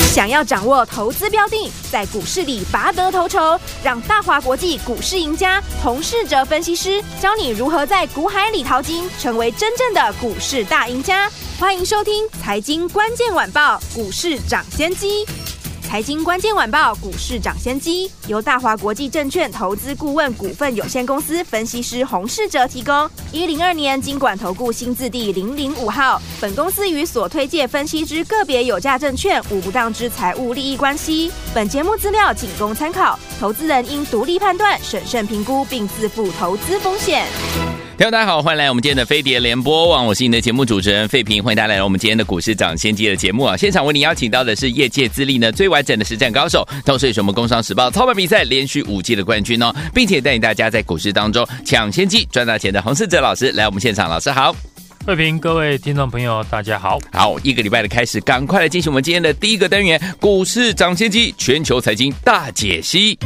想要掌握投资标的，在股市里拔得头筹，让大华国际股市赢家洪士哲分析师教你如何在股海里淘金，成为真正的股市大赢家。欢迎收听财经关键晚报股市涨先机。财经关键晚报股市涨先机由大华国际证券投资顾问股份有限公司分析师洪士哲提供。102年金管投顾新字第005号。本公司与所推介分析之个别有价证券无不当之财务利益关系。本节目资料仅供参考，投资人应独立判断、审慎评估并自负投资风险。 听众大家好，欢迎来我们今天的飞碟联播网，我是你的节目主持人费平，欢迎大家来到我们今天的股市涨先机的节目啊！现场为你邀请到的是业界资历呢最完整的实战高手，同时也是我们工商时报操盘比赛连续5季的冠军哦，并且带领大家在股市当中抢先机赚大钱的洪士哲老师来我们现场，老师好。 慧平，各位听众朋友大家好。 好，一个礼拜的开始，赶快来进行我们今天的第一个单元股市涨先机全球财经大解析。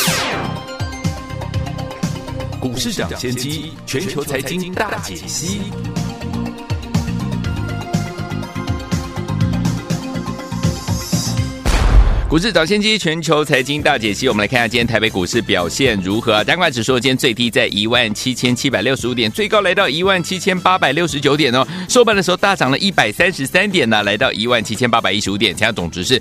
股市涨先机，全球财经大解析。股市涨先机，全球财经大解析。我们来看一下今天台北股市表现如何。加权指数今天最低在17765点，最高来到17869点哦。收盘的时候大涨了133点呢，来到17815点，成交总值是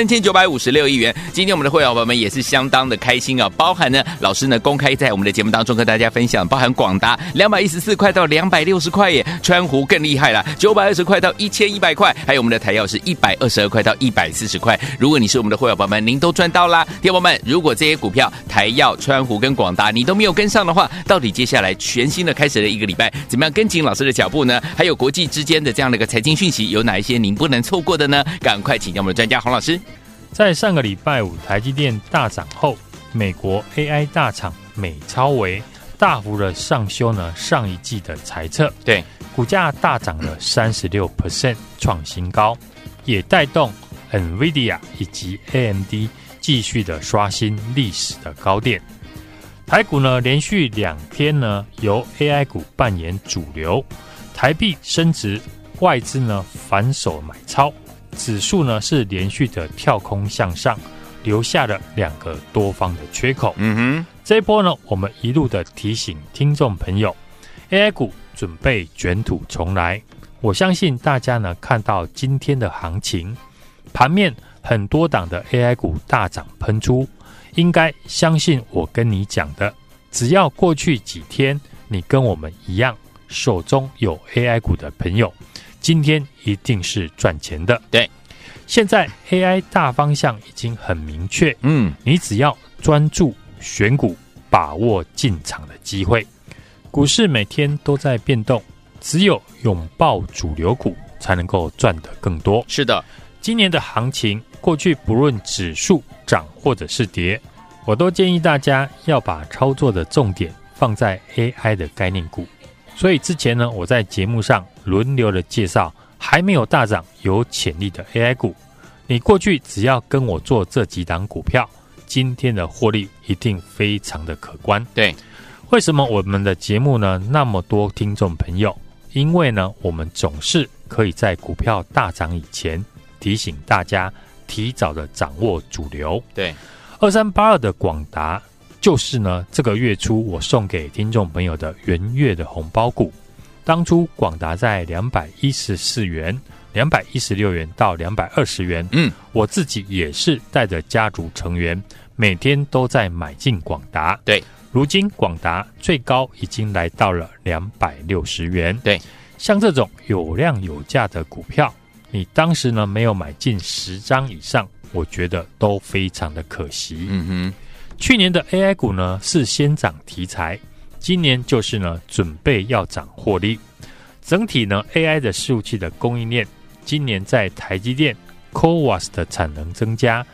3956亿元。今天我们的会员伙伴们也是相当的开心啊，包含呢老师呢公开在我们的节目当中跟大家分享，包含广达214块到260块耶，川湖更厉害啦，920块到1100块，还有我们的台药是122块到140块。如果你是我们的会员宝宝们，您都赚到啦！听众朋友们，如果这些股票台药、川湖跟广达你都没有跟上的话，到底接下来全新的开始的一个礼拜，怎么样跟紧老师的脚步呢？还有国际之间的这样的一个财经讯息，有哪一些您不能错过的呢？赶快请教我们的专家洪老师。 在上个礼拜五台积电大涨后，美国 AI 大厂美超微大幅的上修呢上一季的财测， 对， 股价大涨了36%，创新高，也带动NVIDIA 以及 AMD 继续的刷新历史的高点。台股呢连续2天呢由 AI 股扮演主流，台币升值，外资呢反手买超，指数呢是连续的跳空向上，留下了2个多方的缺口。这一波呢我们一路的提醒听众朋友， AI 股准备卷土重来。我相信大家呢看到今天的行情，盘面很多档的 AI 股大涨喷出，应该相信我跟你讲的，只要过去几天你跟我们一样手中有 AI 股的朋友，今天一定是赚钱的。 对， 现在 AI 大方向已经很明确，你只要专注选股，把握进场的机会。股市每天都在变动，只有拥抱主流股才能够赚得更多。 是的， 今年的行情，过去不论指数涨或者是跌，我都建议大家要把操作的重点放在 AI 的概念股。所以之前呢，我在节目上轮流的介绍还没有大涨有潜力的 AI 股，你过去只要跟我做这几档股票，今天的获利一定非常的可观。 对， 为什么我们的节目呢那么多听众朋友？因为呢，我们总是可以在股票大涨以前提醒大家提早的掌握主流。 对 ，2382的广达就是呢这个月初我送给听众朋友的元月的红包股。当初广达在214元、216元到220元，我自己也是带着家族成员每天都在买进广达。 对， 如今广达最高已经来到了260元。 对， 像这种有量有价的股票，你当时呢没有买进10张以上，我觉得都非常的可惜。去年的 AI 股呢是先涨题材，今年就是呢准备要涨获利。整体呢 AI 的伺服器的供应链，今年在台积电 CoWoS 的产能增加，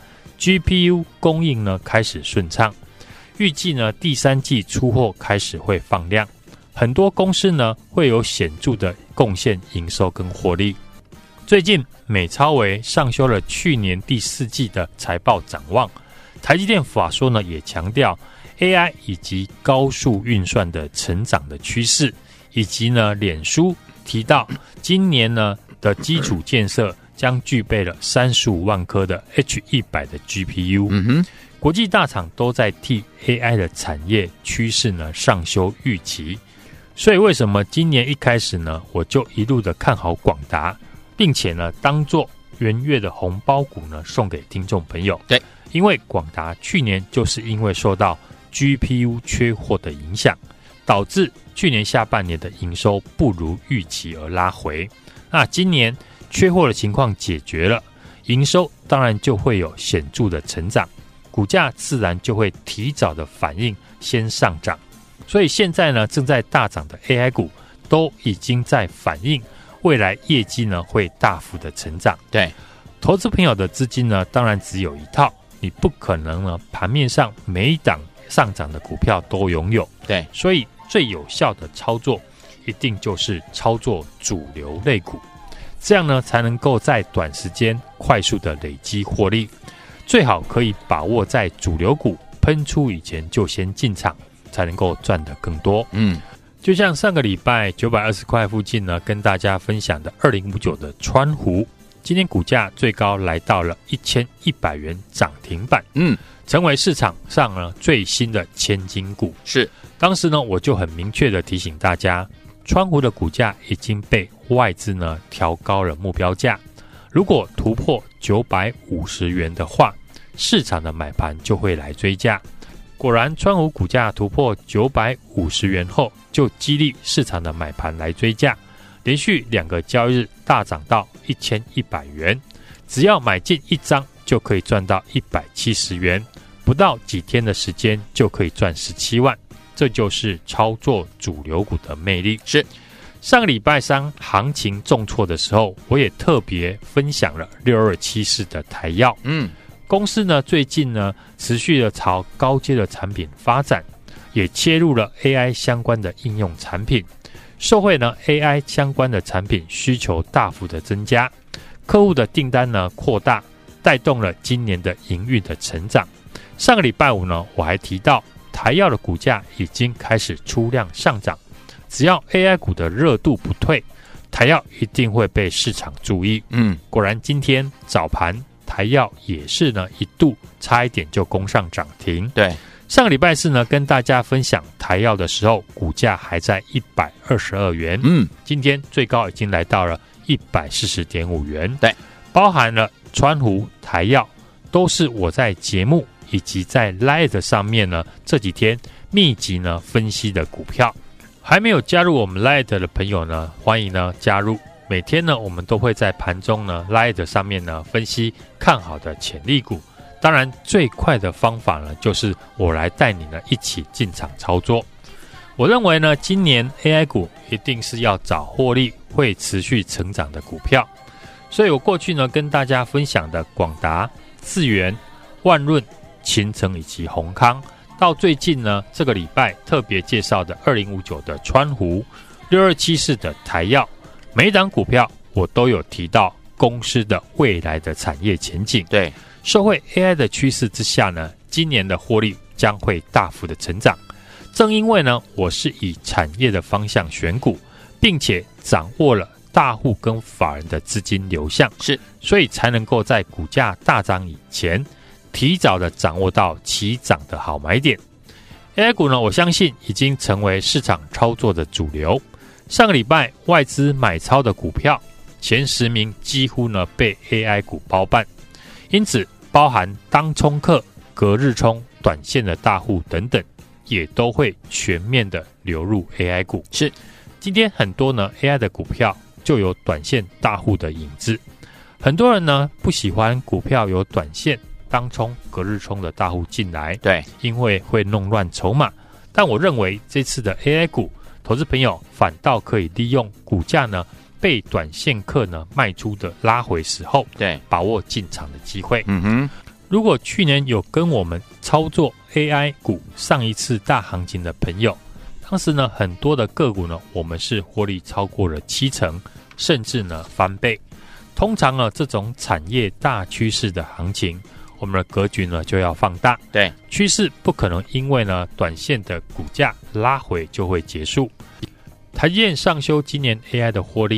GPU 供应呢开始顺畅，预计呢第3季出货开始会放量，很多公司呢会有显著的贡献营收跟获利。最近美超微上修了去年第4季的财报展望，台积电法说呢也强调 AI 以及高速运算的成长的趋势，以及呢脸书提到今年呢的基础建设将具备了35万颗的 H100 的 GPU。国际大厂都在替 AI 的产业趋势呢上修预期，所以为什么今年一开始呢，我就一路的看好广达，并且呢当做元月的红包股呢送给听众朋友。 对， 因为广达去年就是因为受到 GPU 缺货的影响，导致去年下半年的营收不如预期而拉回。那今年缺货的情况解决了，营收当然就会有显著的成长，股价自然就会提早的反应先上涨。所以现在呢正在大涨的 AI 股都已经在反映未来业绩呢会大幅的成长。 对， 投资朋友的资金呢当然只有一套，你不可能呢盘面上每一档上涨的股票都拥有。 对， 所以最有效的操作一定就是操作主流类股，这样呢才能够在短时间快速的累积获利。最好可以把握在主流股喷出以前就先进场，才能够赚得更多。就像上个礼拜920块附近呢跟大家分享的2059的川湖，今天股价最高来到了1100元涨停板，成为市场上呢最新的千金股。 是， 当时呢我就很明确的提醒大家，川湖的股价已经被外资呢调高了目标价，如果突破950元的话，市场的买盘就会来追价。果然川湖股价突破950元后，就激励市场的买盘来追价，连续2个交易日大涨到1100元，只要买进1张就可以赚到170元，不到几天的时间就可以赚17万，这就是操作主流股的魅力。 是， 上个礼拜三行情重挫的时候，我也特别分享了6274的台药。公司呢最近呢持续的朝高阶的产品发展，也切入了 AI 相关的应用产品，受惠呢 AI 相关的产品需求大幅的增加，客户的订单呢扩大，带动了今年的营运的成长。上个礼拜五呢我还提到台药的股价已经开始出量上涨，只要 AI 股的热度不退，台药一定会被市场注意。果然今天早盘台药也是呢一度差一点就攻上涨停。 对， 上个礼拜四呢跟大家分享台药的时候，股价还在122元，今天最高已经来到了140.5元。 对， 包含了川湖、台药，都是我在节目以及在 Lite 上面呢这几天密集呢分析的股票。还没有加入我们 Lite 的朋友呢，欢迎呢加入。每天呢我们都会在盘中呢 Lite 上面呢分析看好的潜力股。当然最快的方法呢就是我来带你呢一起进场操作。我认为呢今年 AI 股一定是要找获利会持续成长的股票，所以我过去呢跟大家分享的广达、智原、万润、勤诚以及宏康，到最近呢这个礼拜特别介绍的2059的川湖、6274的台药，每一档股票我都有提到公司的未来的产业前景。 对， 受惠 AI 的趋势之下呢，今年的获利将会大幅的成长。正因为呢我是以产业的方向选股，并且掌握了大户跟法人的资金流向， 是， 所以才能够在股价大涨以前提早的掌握到起涨的好买点。 AI 股呢我相信已经成为市场操作的主流。上个礼拜外资买超的股票前10名几乎呢被 AI 股包办，因此包含当冲客、隔日冲、短线的大户等等，也都会全面的流入 AI 股。 是， 今天很多呢 AI 的股票就有短线大户的影子，很多人呢不喜欢股票有短线、当冲、隔日冲的大户进来， 对， 因为会弄乱筹码。但我认为这次的 AI 股，投资朋友反倒可以利用股价呢被短线客呢卖出的拉回时候， 对， 把握进场的机会。 如果去年有跟我们操作 AI 股上一次大行情的朋友，当时呢很多的个股呢我们是获利超过了70%，甚至呢翻倍。通常呢这种产业大趋势的行情，我们的格局呢就要放大， 对， 趋势不可能因为呢短线的股价拉回就会结束。台积电上修今年 AI 的获利，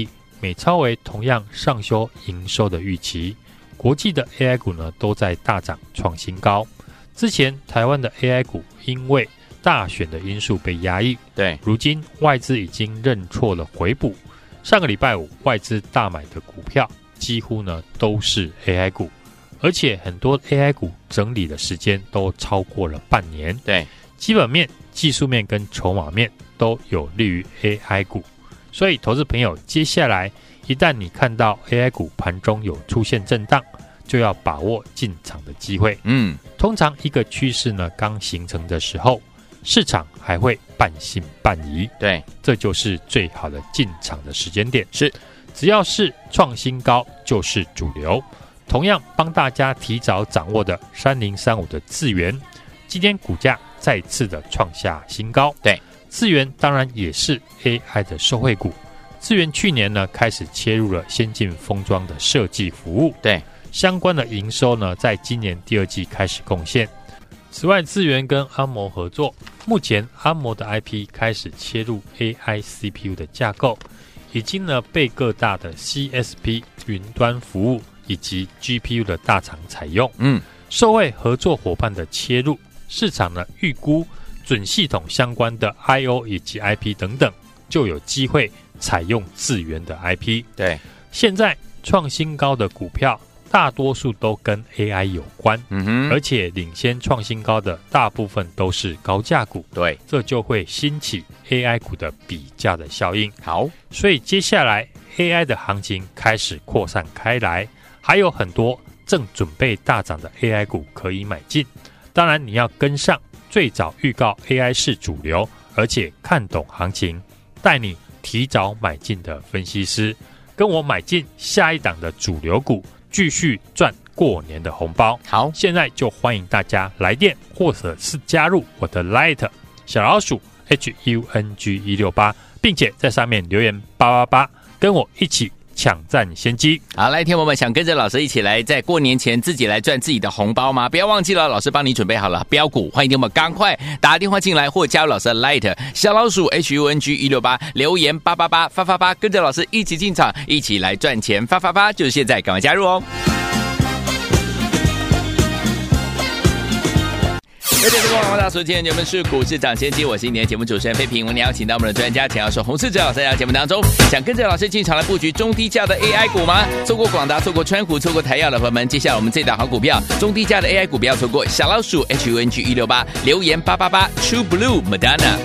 美超微同样上修营收的预期，国际的 AI 股呢都在大涨创新高。之前台湾的 AI 股因为大选的因素被压抑， 对， 如今外资已经认错了回补。上个礼拜五外资大买的股票几乎呢都是 AI 股，而且很多 AI 股整理的时间都超过了半年。 对， 基本面、技术面跟筹码面都有利于 AI 股，所以投资朋友接下来一旦你看到 AI 股盘中有出现震荡，就要把握进场的机会。通常一个趋势呢刚形成的时候，市场还会半信半疑， 对， 这就是最好的进场的时间点。 是， 只要是创新高就是主流。同样帮大家提早掌握的3035的智原，今天股价再次的创下新高。 对， 智原当然也是 AI 的受惠股。智原去年呢开始切入了先进封装的设计服务， 对， 相关的营收呢在今年第二季开始贡献。此外，智原跟安谋合作，目前安谋的 IP 开始切入 AI CPU 的架构，已经呢被各大的 CSP 云端服务以及 GPU 的大厂采用。受惠合作伙伴的切入，市场呢预估准系统相关的 IO 以及 IP 等等，就有机会采用智原的 IP。 对， 现在创新高的股票大多数都跟 AI 有关，而且领先创新高的大部分都是高价股， 对， 这就会兴起 AI 股的比价的效应。 好， 所以接下来 AI 的行情开始扩散开来，还有很多正准备大涨的 AI 股可以买进。当然你要跟上最早预告 AI 是主流，而且看懂行情，带你提早买进的分析师，跟我买进下一档的主流股，继续赚过年的红包。 好， 现在就欢迎大家来电，或者是加入我的 Light 小老鼠 HUNG168，并且在上面留言888，跟我一起抢占先机。 好，来，听我们想跟着老师一起来在过年前自己来赚自己的红包吗？不要忘记了，老师帮你准备好了标股，欢迎听我们赶快打电话进来，或加入老师的 Light 小老鼠 HUNG168，留言888发发发，跟着老师一起进场，一起来赚钱，发发发，就是现在，赶快加入哦！而且这个广大所见，你们是股市涨先机，我是今天的节目主持人费平。我们邀请到我们的专家钱老师洪士哲老师在节目当中，想跟着老师进场来布局中低价的 AI 股吗？错过广达，错过川股，错过台药的朋友们，接下来我们这档好股票，中低价的 AI 股不要错过。小老鼠 HUNG168，留言888 True Blue Madonna。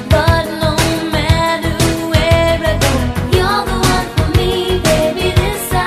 You're the one for me, baby. This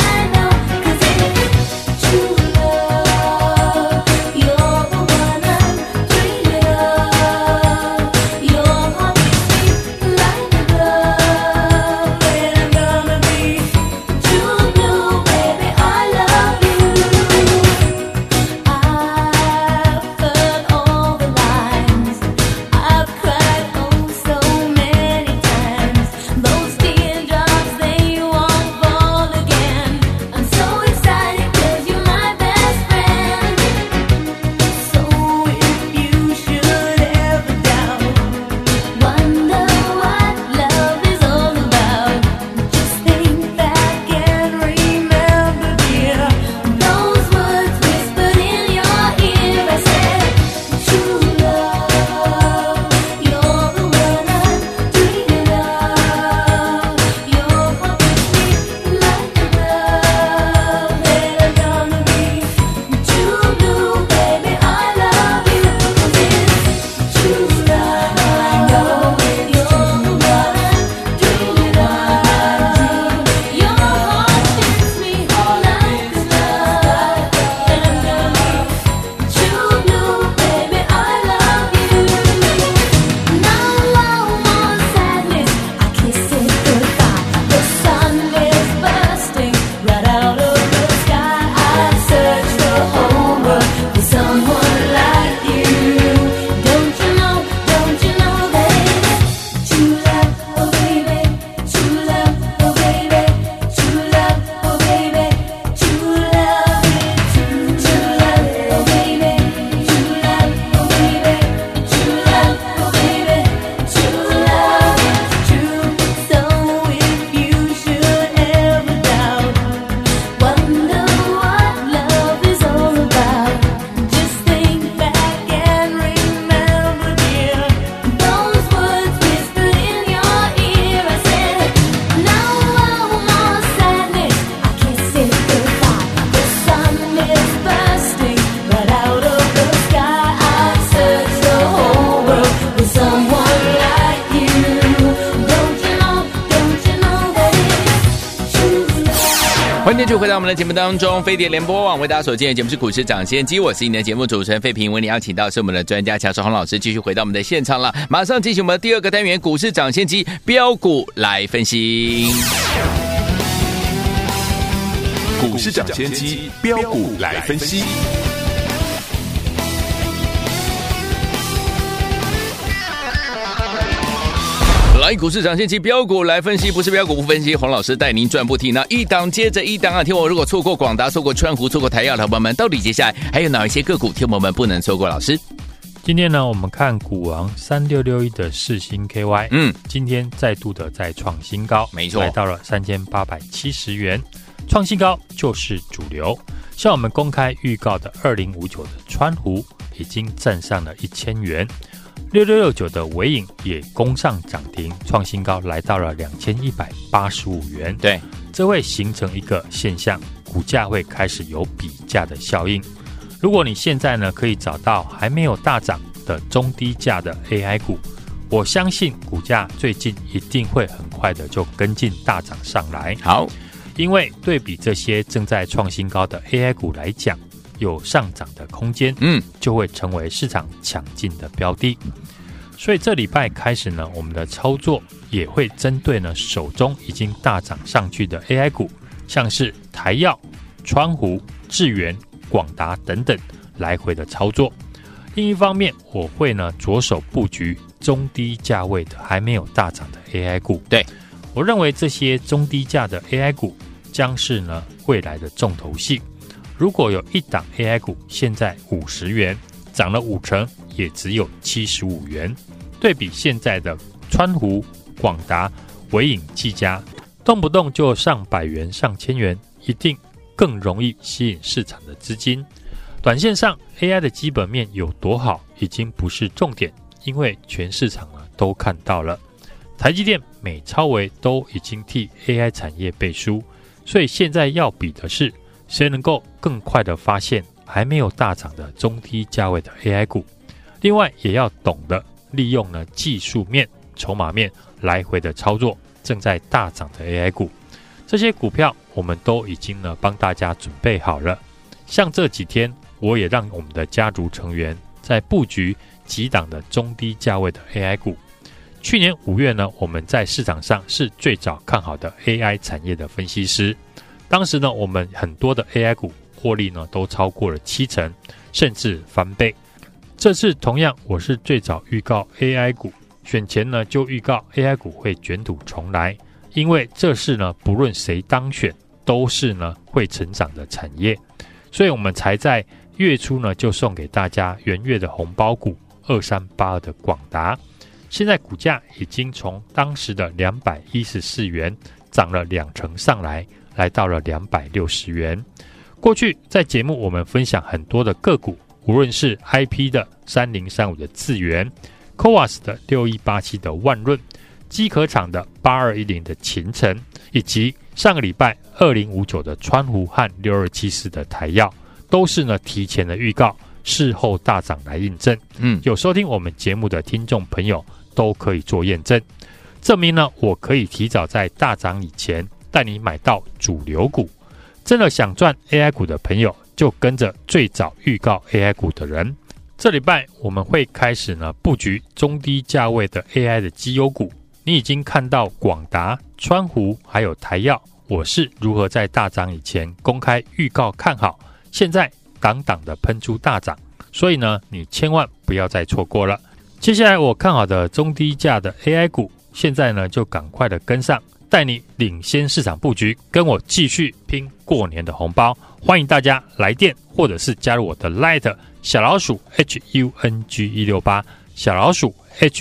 欢迎继续回到我们的节目当中，飞碟联播网为大家所见的节目是股市抢先机，我是你的节目主持人费平，为你邀请到是我们的专家乔世宏老师，继续回到我们的现场了，马上进行我们的第二个单元股市抢先机标股来分析。 股市抢先机标股来分析。 来，股市抢先机标股来分析，不是标股不分析，洪老师带您赚不停。那一档接着一档啊，听我如果错过广达、错过川湖、错过台药的朋友们，到底接下来还有哪一些个股，听我们不能错过？老师， 今天呢，我们看股王3661的世芯 KY， 今天再度的再创新高， 没错， 来到了3870元，创新高就是主流。像我们公开预告的2059的川湖已经站上了1000元。6669的微影也攻上涨停，创新高来到了2185元。 对， 这会形成一个现象，股价会开始有比价的效应。如果你现在呢可以找到还没有大涨的中低价的 AI 股，我相信股价最近一定会很快的就跟进大涨上来。 好， 因为对比这些正在创新高的 AI 股来讲，有上涨的空间，就会成为市场抢进的标的。所以这礼拜开始呢，我们的操作也会针对呢手中已经大涨上去的 AI 股，像是台药、川湖、智原、广达等等来回的操作。另一方面，我会呢着手布局中低价位的还没有大涨的 AI 股。 对， 我认为这些中低价的 AI 股将是呢未来的重头戏。如果有一档 AI 股现在50元，涨了5成，也只有75元。对比现在的川湖、广达、微影、技嘉，动不动就上百元、上千元，一定更容易吸引市场的资金。短线上 AI 的基本面有多好，已经不是重点，因为全市场都看到了。台积电、美超微都已经替 AI 产业背书，所以现在要比的是谁能够更快的发现还没有大涨的中低价位的 AI 股。另外也要懂得利用呢技术面、筹码面来回的操作正在大涨的 AI 股。这些股票我们都已经呢帮大家准备好了。像这几天我也让我们的家族成员在布局几档的中低价位的 AI 股。去年5月呢，我们在市场上是最早看好的 AI 产业的分析师。当时呢，我们很多的 AI 股获利呢都超过了7成，甚至翻倍。这次同样我是最早预告 AI 股，选前呢就预告 AI 股会卷土重来，因为这是呢不论谁当选都是呢会成长的产业，所以我们才在月初呢就送给大家元月的红包股2382的广达，现在股价已经从当时的214元涨了2成上来，来到了260元。过去在节目我们分享很多的个股，无论是 IP 的3035的智原、 CoWAS 的6187的万润、机壳厂的8210的勤诚，以及上个礼拜2059的川湖和6274的台药，都是呢提前的预告，事后大涨来印证。有收听我们节目的听众朋友都可以做验证，证明呢我可以提早在大涨以前带你买到主流股。真的想赚 AI 股的朋友，就跟着最早预告 AI 股的人。这礼拜我们会开始呢布局中低价位的 AI 的绩优股。你已经看到广达、川湖还有台药，我是如何在大涨以前公开预告看好，现在档档的喷出大涨，所以呢你千万不要再错过了。接下来我看好的中低价的 AI 股，现在呢就赶快的跟上，带你领先市场布局，跟我继续拼过年的红包。欢迎大家来电或者是加入我的 Light 小老鼠 HUNG168 小老鼠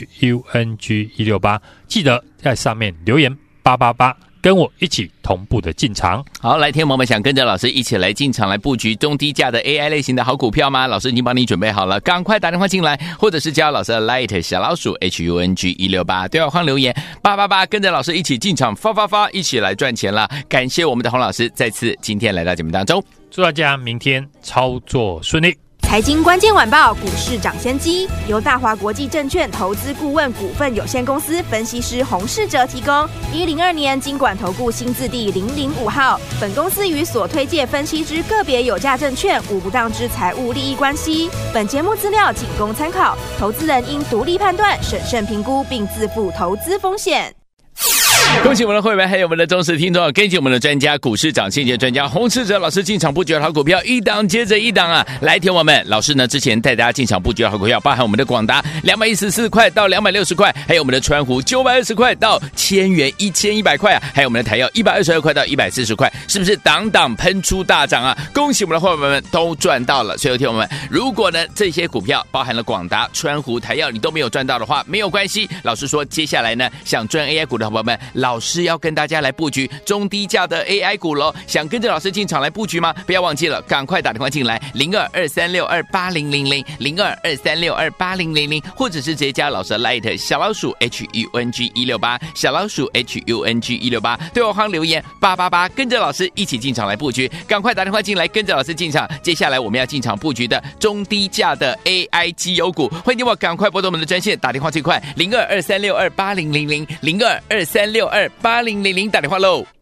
HUNG168， 记得在上面留言888，跟我一起同步的进场。 好，来天友们想跟着老师一起来进场来布局中低价的 AI 类型的好股票吗？老师已经帮你准备好了，赶快打电话进来，或者是加入老师的 Light 小老鼠 HUNG168 对话框留言888，跟着老师一起进场发，一起来赚钱了。感谢我们的洪老师再次今天来到节目当中， 祝大家明天操作顺利。 财经关键晚报股市涨先机由大华国际证券投资顾问股份有限公司分析师洪士哲提供。102年金管投顾新字第005号。本公司与所推介分析之个别有价证券无不当之财务利益关系。本节目资料仅供参考，投资人应独立判断、审慎评估，并自负投资风险。 恭喜我们的会员还有我们的忠实听众，跟紧我们的专家股市涨先机专家洪士哲老师进场布局的好股票，一档接着一档啊！来听我们老师呢之前带大家进场布局的好股票，包含我们的广达214块到260块，还有我们的川湖920块到1000元1100块啊，还有我们的台药122块到140块，是不是档档喷出大涨啊？恭喜我们的会员们都赚到了。所以听我们，如果呢这些股票包含了广达、川湖、台药你都没有赚到的话，没有关系。老师说接下来呢想赚 AI 股的好朋友们，老师要跟大家来布局中低价的 AI 股咯，想跟着老师进场来布局吗？不要忘记了，赶快打电话进来0223628000 0223628000，或者是直接加老师的 Light 小老鼠 HUNG168 小老鼠 HUNG168 对我行留言888，跟着老师一起进场来布局，赶快打电话进来跟着老师进场。接下来我们要进场布局的中低价的 AI 绩优股，欢迎你我赶快拨动我们的专线，打电话最快0223628000 0223628000，打电话喽。